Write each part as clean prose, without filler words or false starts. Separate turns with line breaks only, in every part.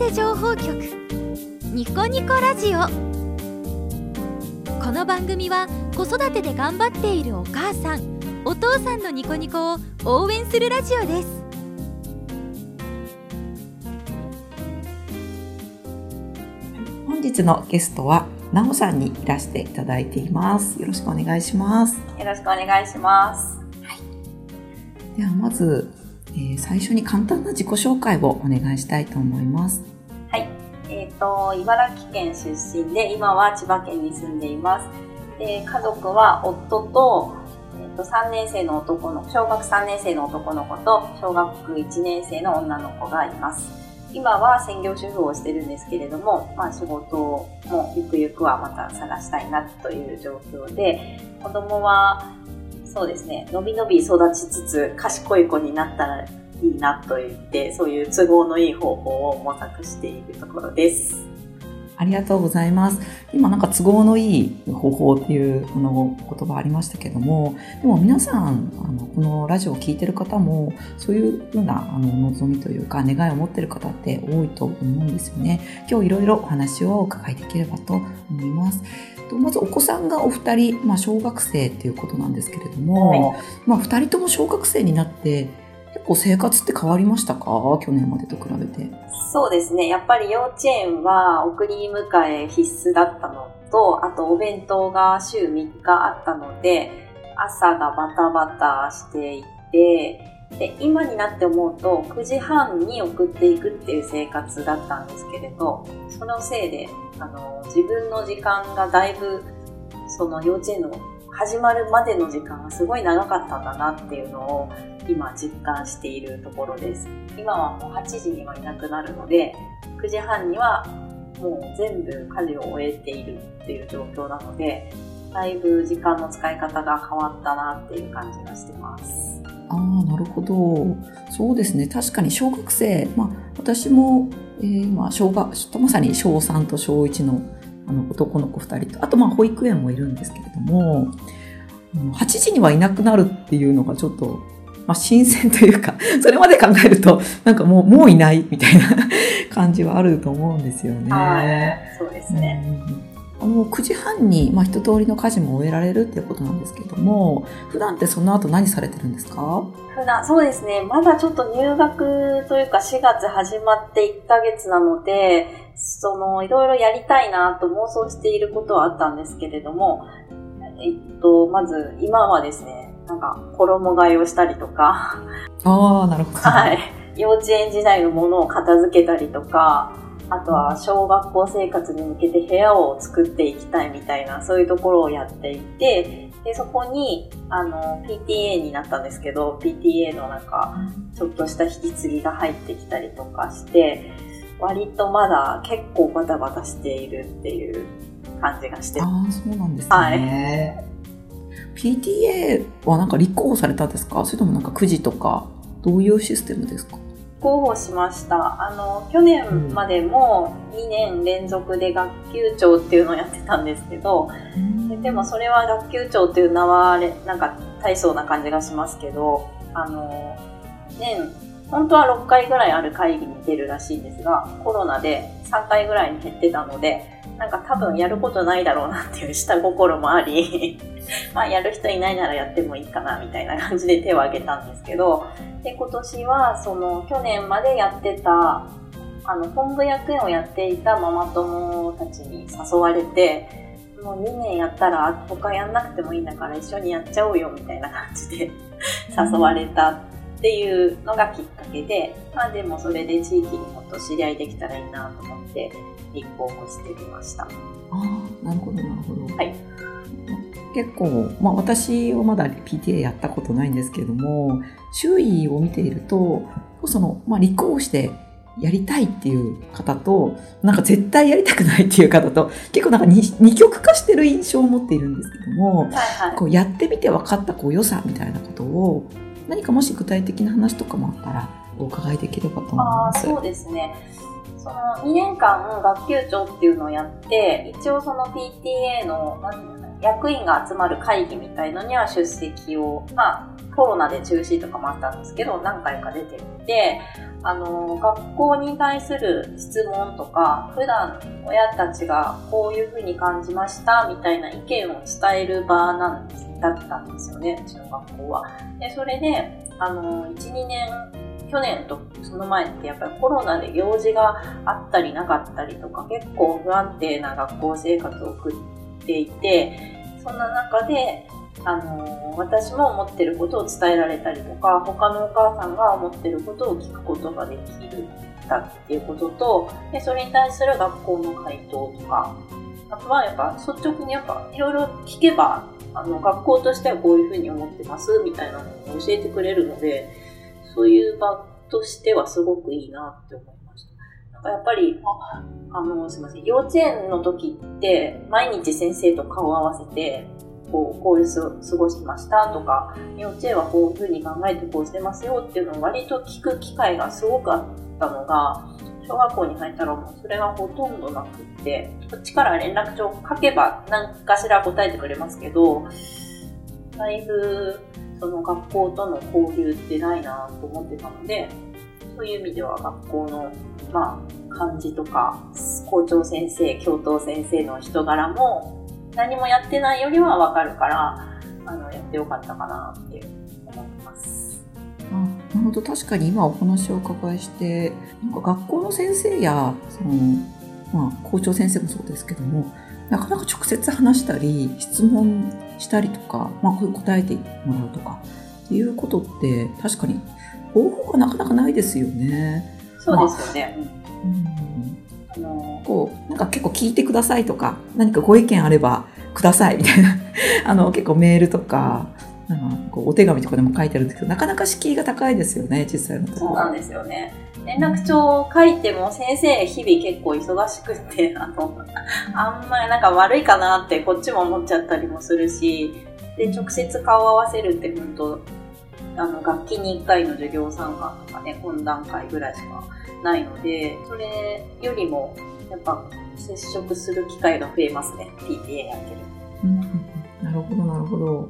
て情報局ニコニコラジオ。この番組は子育てで頑張っているお母さんお父さんのニコニコを応援するラジオです。
本日のゲストはなおさんにいらしていただいています。よろしくお願いします。
よろしくお願いします。
はい、ではまず、最初に簡単な自己紹介をお願いしたいと思います。
はい、茨城県出身で今は千葉県に住んでいます。で、家族は夫と、3年生の男の小学3年生の男の子と小学1年生の女の子がいます。今は専業主婦をしてるんですけれども、仕事もゆくゆくはまた探したいなという状況で、子供はそうですね、のびのび育ちつつ賢い子になったらいいなと言って、そういう都合のいい方法を模索しているところです。
ありがとうございます。今なんか都合のいい方法っていう言葉ありましたけども、でも皆さんこのラジオを聞いてる方もそういうふうな望みというか願いを持ってる方って多いと思うんですよね。今日いろいろお話をお伺いできればと思います。まずお子さんがお二人、小学生っていうことなんですけれども、二人とも小学生になって結構生活って変わりましたか？去年までと比べて。
そうですね。やっぱり幼稚園は送り迎え必須だったのと、あとお弁当が週3日あったので、朝がバタバタしていて、で、今になって思うと9時半に送っていくっていう生活だったんですけれど、そのせいで自分の時間がだいぶその幼稚園の始まるまでの時間がすごい長かったんだなっていうのを今実感しているところです。今はもう8時にはいなくなるので、9時半にはもう全部家事を終えているっていう状況なので、だいぶ時間の使い方が変わったなっていう感じがしてます。
なるほど。そうですね。確かに小学生、私も、今まさに小3と小1の男の子2人と、あと保育園もいるんですけれども、8時にはいなくなるっていうのがちょっと、新鮮というか、それまで考えるとなんかもういないみたいな感じはあると思うんですよね。
そうですね。
9時半に、一通りの家事も終えられるっていうことなんですけれども、普段ってその後何されてるんですか？
普段、そうですね。まだちょっと入学というか4月始まって1ヶ月なので、いろいろやりたいなと妄想していることはあったんですけれども、まず今はですね、なんか衣替えをしたりとか、
なるほど。
はい。幼稚園時代のものを片付けたりとか、あとは小学校生活に向けて部屋を作っていきたいみたいな、そういうところをやっていて、で、そこに、PTA になったんですけど、PTA のなんか、ちょっとした引き継ぎが入ってきたりとかして、割とまだ結構バタバタしているっていう感じがして。
そうなんですね。はい。PTA はなんか立候補されたんですか？それともなんか9時とか、どういうシステムですか？
候補しました。去年までも2年連続で学級長っていうのをやってたんですけど、でもそれは学級長っていう名はなんか大層な感じがしますけど、本当は6回ぐらいある会議に出るらしいんですが、コロナで3回ぐらいに減ってたので、なんか多分やることないだろうなっていう下心もありやる人いないならやってもいいかなみたいな感じで手を挙げたんですけど、で今年は去年までやってた本部役員をやっていたママ友たちに誘われて、もう2年やったら他やんなくてもいいんだから一緒にやっちゃおうよみたいな感じで誘われたっていうのがきっかけで、でもそれで地域にもっと知り合いできたらいいなと思って立候補してみました。
なるほどなるほど。
はい。
結構、私はまだ PTA やったことないんですけれども、周囲を見ていると、立候補してやりたいっていう方と、なんか絶対やりたくないっていう方と、結構なんか二極化してる印象を持っているんですけども、こうやってみて分かった良さみたいなことを、何かもし具体的な話とかもあったらお伺いできればと思います。
そうですね。2年間学級長っていうのをやって、一応PTA の役員が集まる会議みたいのには出席を、コロナで中止とかもあったんですけど、何回か出てみて、 学校に対する質問とか、普段親たちがこういうふうに感じましたみたいな意見を伝える場だったんですよね、うちの学校は。で、それで、1、2年、去年とその前ってやっぱりコロナで行事があったりなかったりとか、結構不安定な学校生活を送っていて、そんな中で、私も思ってることを伝えられたりとか、他のお母さんが思ってることを聞くことができるっていうことと、でそれに対する学校の回答とか、あとはやっぱ率直にやっぱいろいろ聞けば、学校としてはこういうふうに思ってますみたいなのを教えてくれるので、そういう場としてはすごくいいなって思いました。なんかやっぱり、すいません、幼稚園の時って毎日先生と顔を合わせて、こういう過ごしてましたとか、幼稚園はこういうふうに考えてこうしてますよっていうのを割と聞く機会がすごくあったのが、小学校に入ったらもうそれがほとんどなくって、こっちから連絡帳書けば何かしら答えてくれますけど、だいぶその学校との交流ってないなと思ってたので、そういう意味では学校の感じとか校長先生、教頭先生の人柄も何もやってないよりは分かるから、やってよかったかなって思ってます。
なるほど、確かに今お話をお伺いして、なんか学校の先生や校長先生もそうですけども、なかなか直接話したり質問したりとか、こういう答えてもらうとかっていうことって確かに方法がなかなかないですよね。
そうですよね。
なんか結構聞いてくださいとか、何かご意見あればくださいみたいな結構メールとか、お手紙とかでも書いてあるんですけど、なかなか敷居が高いですよね、実際のところ。
そうなんですよね。連絡帳を書いても先生日々結構忙しくて、あんまりなんか悪いかなってこっちも思っちゃったりもするし、で直接顔を合わせるって本当学期に1回の授業参加とかね、懇談会ぐらいしかないので、それよりもやっぱ接触する機会が増えますね、PTA やってる。
なるほどなるほど。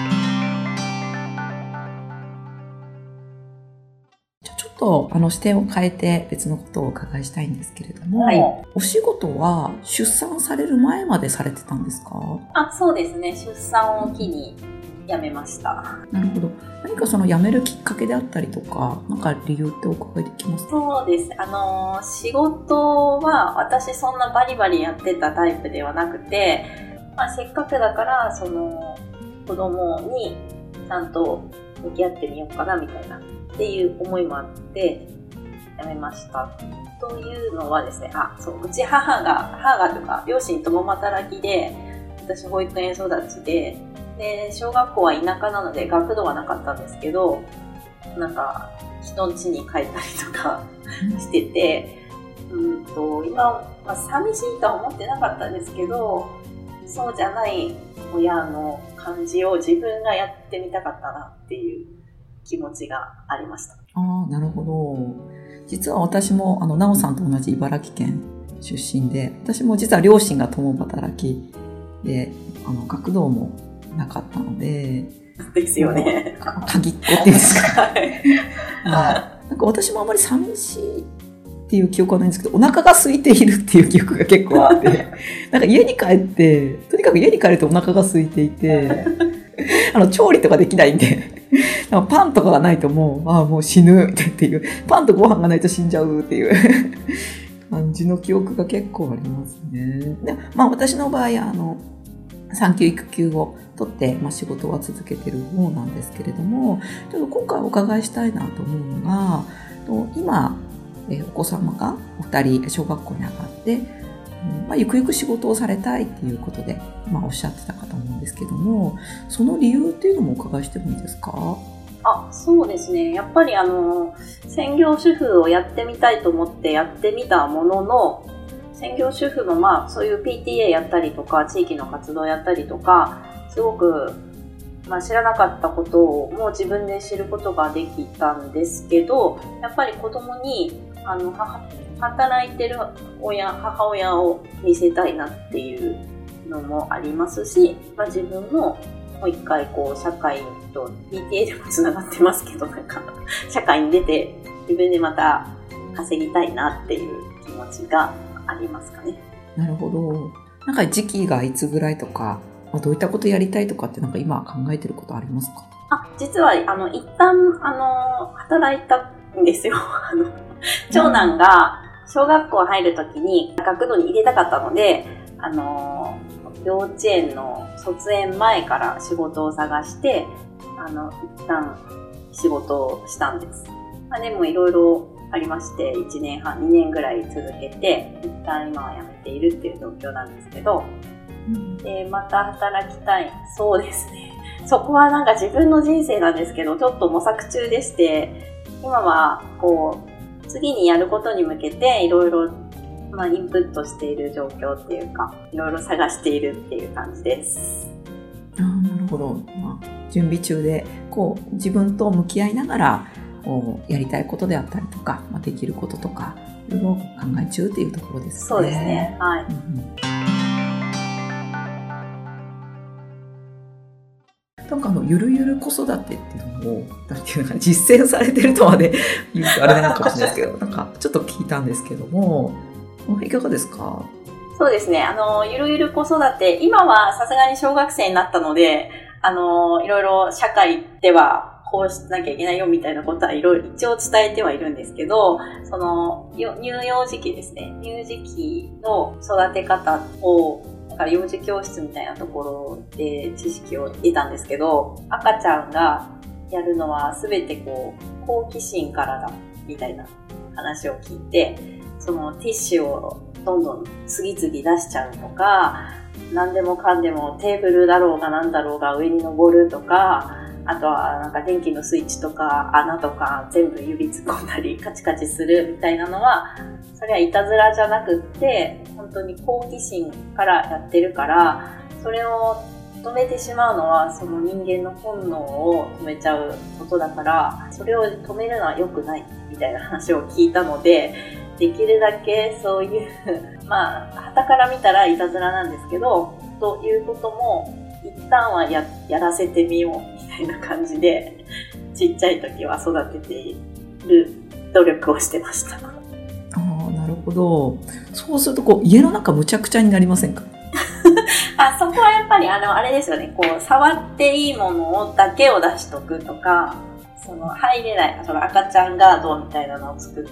じゃあちょっと視点を変えて別のことをお伺いしたいんですけれども、はい、お仕事は出産される前までされてたんですか？
そうですね、出産を機に辞めました。
なるほど。何かその辞めるきっかけであったりとか、なんか理由ってお伺いできますか？
そうです。仕事は私そんなバリバリやってたタイプではなくて、せっかくだからその子供にちゃんと向き合ってみようかなみたいなっていう思いもあって辞めました。というのはですね、うち母がというか両親共働きで、私保育園育ちで、小学校は田舎なので学童はなかったんですけど、なんか人ん家に帰ったりとかしてて、今、寂しいとは思ってなかったんですけど、そうじゃない親の感じを自分がやってみたかったなっていう気持ちがありました。
なるほど。実は私もなおさんと同じ茨城県出身で、私も実は両親が共働きで、学童もなかったので。
ですよね。
鍵っ子っていうんですか。なんか私もあまり寂しいっていう記憶はないんですけど、お腹が空いているっていう記憶が結構あって、なんか家に帰って、とにかく家に帰るとお腹が空いていて、調理とかできないんで、パンとかがないともう死ぬっていう、パンとご飯がないと死んじゃうっていう感じの記憶が結構ありますね。で、私の場合産休育休を取って、仕事は続けてる方なんですけれども、ちょっと今回お伺いしたいなと思うのが、今お子様がお二人小学校に上がって、ゆくゆく仕事をされたいっていうことで、おっしゃってたかと思うんですけども、その理由っていうのもお伺いしてもいいですか？
そうですね。やっぱり専業主婦をやってみたいと思ってやってみたものの、専業主婦もそういう PTA やったりとか地域の活動やったりとか、すごく知らなかったことをもう自分で知ることができたんですけど、やっぱり子供に働いてる母親を見せたいなっていうのもありますし、自分ももう一回社会と PTA でもつながってますけど、なんか社会に出て自分でまた稼ぎたいなっていう気持ちがありますかね。
なるほど。なんか時期がいつぐらいとか、どういったことやりたいとかってなんか今考えてることありますか？
実は一旦働いたんですよ。長男が小学校入るときに学童に入れたかったので、幼稚園の卒園前から仕事を探して、一旦仕事をしたんです。でもいろいろありまして、1年半、2年ぐらい続けて、一旦今は辞めているっていう状況なんですけど、で、また働きたい。そうですね。そこはなんか自分の人生なんですけど、ちょっと模索中でして、今は次にやることに向けていろいろインプットしている状況っていうか、いろいろ探しているっていう感じです。
なるほど。準備中で自分と向き合いながらやりたいことであったりとか、できることとかいろいろ考え中っていうところですね。
そうですね。はい。
なんかゆるゆる子育てっていうのを実践されてるとまで言うとあれなのかもしれないですけど、なんかちょっと聞いたんですけども、いかがですか？
そうですね。ゆるゆる子育て、今はさすがに小学生になったので、いろいろ社会ではこうしなきゃいけないよみたいなことはいろいろ一応伝えてはいるんですけど、乳幼児期ですね。乳児期の育て方を幼児教室みたいなところで知識を得たんですけど、赤ちゃんがやるのは全て好奇心からだみたいな話を聞いて、ティッシュをどんどん次々出しちゃうとか、何でもかんでもテーブルだろうが何だろうが上に登るとか、あとはなんか電気のスイッチとか穴とか全部指突っ込んだりカチカチするみたいなのは、それはいたずらじゃなくって本当に好奇心からやってるから、それを止めてしまうのはその人間の本能を止めちゃうことだから、それを止めるのは良くないみたいな話を聞いたので、できるだけそういう傍から見たらいたずらなんですけど、ということも一旦は やらせてみようみたいな感じで、ちっちゃい時は育てている努力をしてました。
なるほど。そうすると家の中むちゃくちゃになりませんか？
そこはやっぱりあれですよね。触っていいものだけを出しとくとか、入れない赤ちゃんガードみたいなのを作って、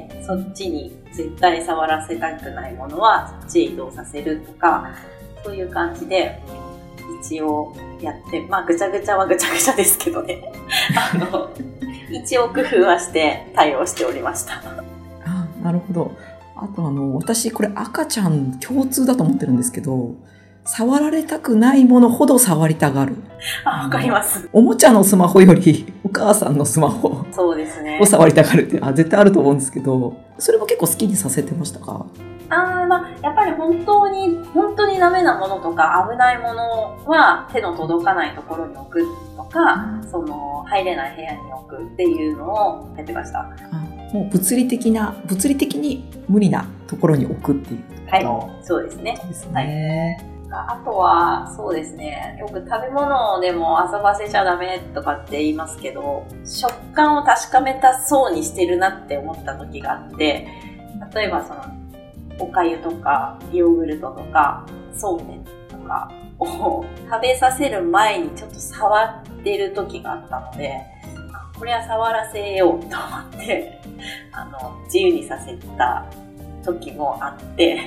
そっちに絶対触らせたくないものはそっちへ移動させるとか、そういう感じで一応やって、ぐちゃぐちゃはぐちゃぐちゃですけどね一応工夫はして対応しておりました。
なるほど。あと私これ赤ちゃん共通だと思ってるんですけど、触られたくないものほど触りたがる。
わかります。
おもちゃのスマホよりお母さんのスマホ
そうですね。
を触りたがるって絶対あると思うんですけど、それも結構好きにさせてましたか？
やっぱり本当にダメなものとか危ないものは手の届かないところに置くとか、入れない部屋に置くっていうのをやってました。
もう物理的に無理なところに置くっていう。
はい、そうですね。
そうですね。
あとはそうですね、よく食べ物でも遊ばせちゃダメとかって言いますけど、食感を確かめたそうにしてるなって思った時があって、例えばおかゆとかヨーグルトとかそうめんとかを食べさせる前にちょっと触ってる時があったので、これは触らせようと思って自由にさせた時もあって、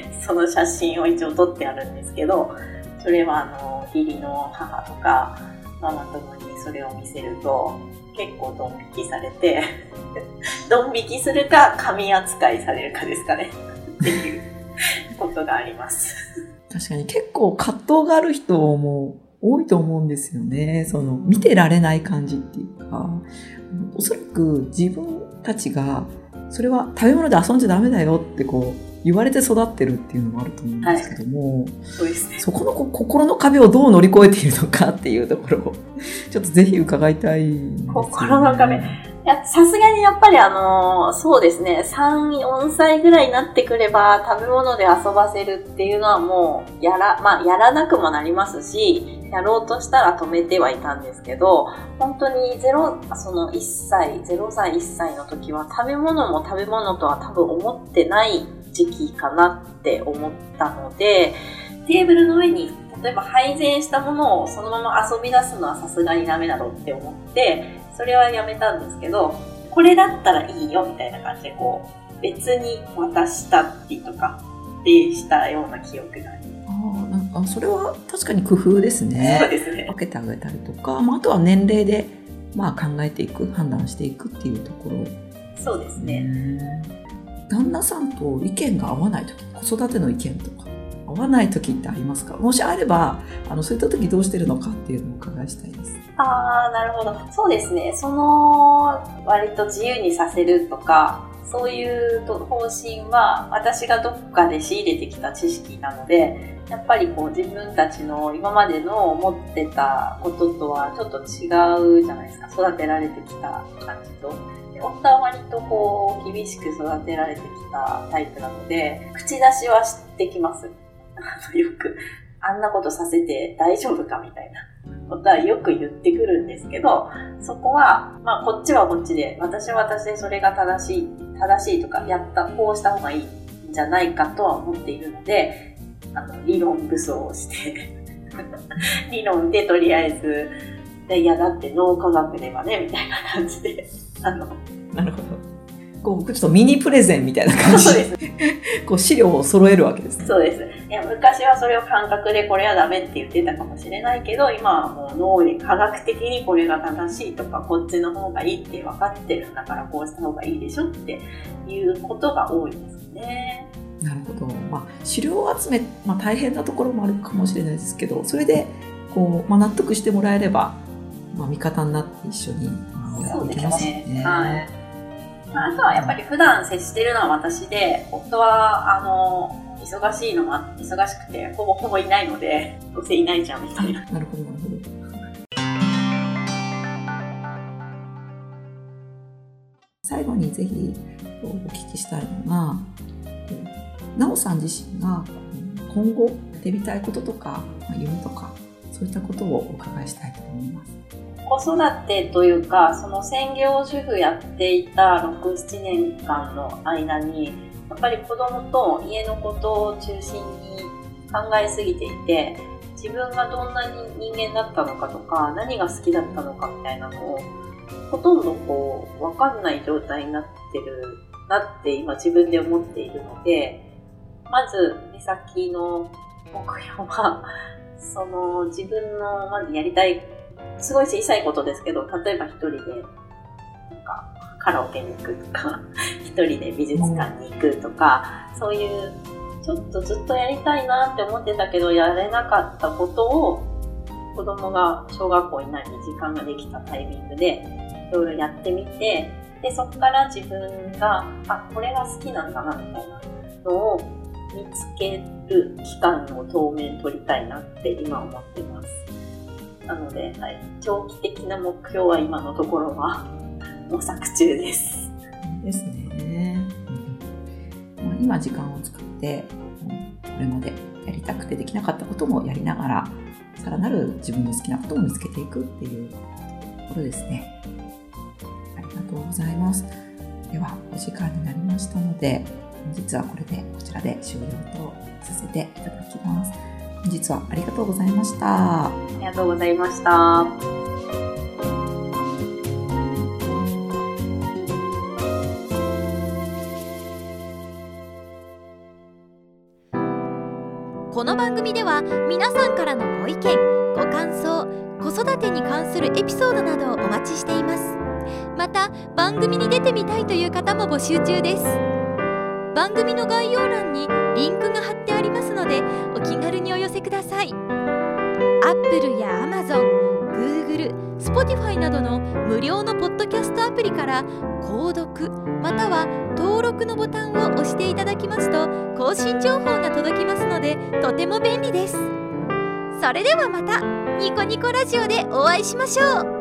その写真を一応撮ってあるんですけど、それは義理の母とかママ友にそれを見せると結構ドン引きされてドン引きするか神扱いされるかですかねっていうことがあります
確かに結構葛藤がある人も多いと思うんですよね。見てられない感じっていうか、おそらく自分たちがそれは食べ物で遊んじゃダメだよって言われて育ってるっていうのもあると思うんですけども、
そうですね。
そこの心の壁をどう乗り越えているのかっていうところをちょっとぜひ伺いたいんですよね。
心の壁、 や、さすがにやっぱりそうですね、3、4歳ぐらいになってくれば食べ物で遊ばせるっていうのはもうやらなくもなりますし、やろうとしたら止めてはいたんですけど、本当に0歳、1歳の時は食べ物も食べ物とは多分思ってない時期かなって思ったので、テーブルの上に例えば配膳したものをそのまま遊び出すのはさすがにダメだろうって思って、それはやめたんですけど、これだったらいいよみたいな感じでこう別に渡したりとかってしたような記憶があります。
それは確かに工夫ですね。
そうですね。
分けてあげたりとか、あとは年齢で考えていく、判断していくっていうところ。
そうですね。
旦那さんと意見が合わないとき、子育ての意見とか合わないときってありますか？もしあればそういったときどうしてるのかっていうのをお伺いしたいです。
なるほど。そうですね。割と自由にさせるとか、そういう方針は私がどっかで仕入れてきた知識なので、やっぱりこう自分たちの今までの思ってたこととはちょっと違うじゃないですか。育てられてきた感じと。夫は割とこう厳しく育てられてきたタイプなので、口出しはしてきます。よくあんなことさせて大丈夫かみたいなことはよく言ってくるんですけど、そこはこっちはこっちで、私は私でそれが正しいとか、こうした方がいいんじゃないかとは思っているので、理論武装をして理論でとりあえず、いやだって脳科学ではねみたいな感じで
なるほど。ちょっとミニプレゼンみたいな感じで
そうです
こう資料を揃えるわけですね。
そうです。いや、昔はそれを感覚でこれはダメって言ってたかもしれないけど、今はもう脳で科学的にこれが正しいとか、こっちの方がいいって分かってるんだからこうした方がいいでしょっていうことが多いですね。
なるほど。資料を集め、大変なところもあるかもしれないですけど、それでこう、納得してもらえれば、味方になって一緒にやっていきますね。
はい。あとはやっぱり普段接してるのは私で、夫は忙しくてほぼいないので、どうせいないじゃんみたいな。
なるほどなるほど。最後にぜひお聞きしたいのが、なおさん自身が今後やってみたいこととか夢とか、そういったことをお伺いしたいと思います。
子育てというか、その専業主婦やっていた6、7年間の間に、やっぱり子供と家のことを中心に考えすぎていて、自分がどんな人間だったのかとか、何が好きだったのかみたいなのを、ほとんど分かんない状態になってるなって今自分で思っているので、まず目先の目標は、自分のまずやりたい、すごい小さいことですけど、例えば一人でカラオケに行くとか、一人で美術館に行くとか、そういうちょっとずっとやりたいなって思ってたけどやれなかったことを、子供が小学校になり時間ができたタイミングでいろいろやってみて、でそこから自分がこれが好きなんだなみたいなのを見つける期間を当面取りたいなって今思ってます。なので、長期的な目標は今のところは模索中です。
ですね。今時間を使ってこれまでやりたくてできなかったこともやりながら、さらなる自分の好きなことを見つけていくっていうところですね。ありがとうございます。ではお時間になりましたので、本日はこちらで終了とさせていただきます。本日はありがとうございました。
ありがとうございました。
この番組では皆さんからのご意見、ご感想、子育てに関するエピソードなどをお待ちしています。また番組に出てみたいという方も募集中です。番組の概要欄にリンクが貼ってありますので、お気軽にお寄せください。Apple や Amazon、Google、Spotify などの無料のポッドキャストアプリから購読または登録のボタンを押していただきますと、更新情報が届きますので、とても便利です。それではまたニコニコラジオでお会いしましょう。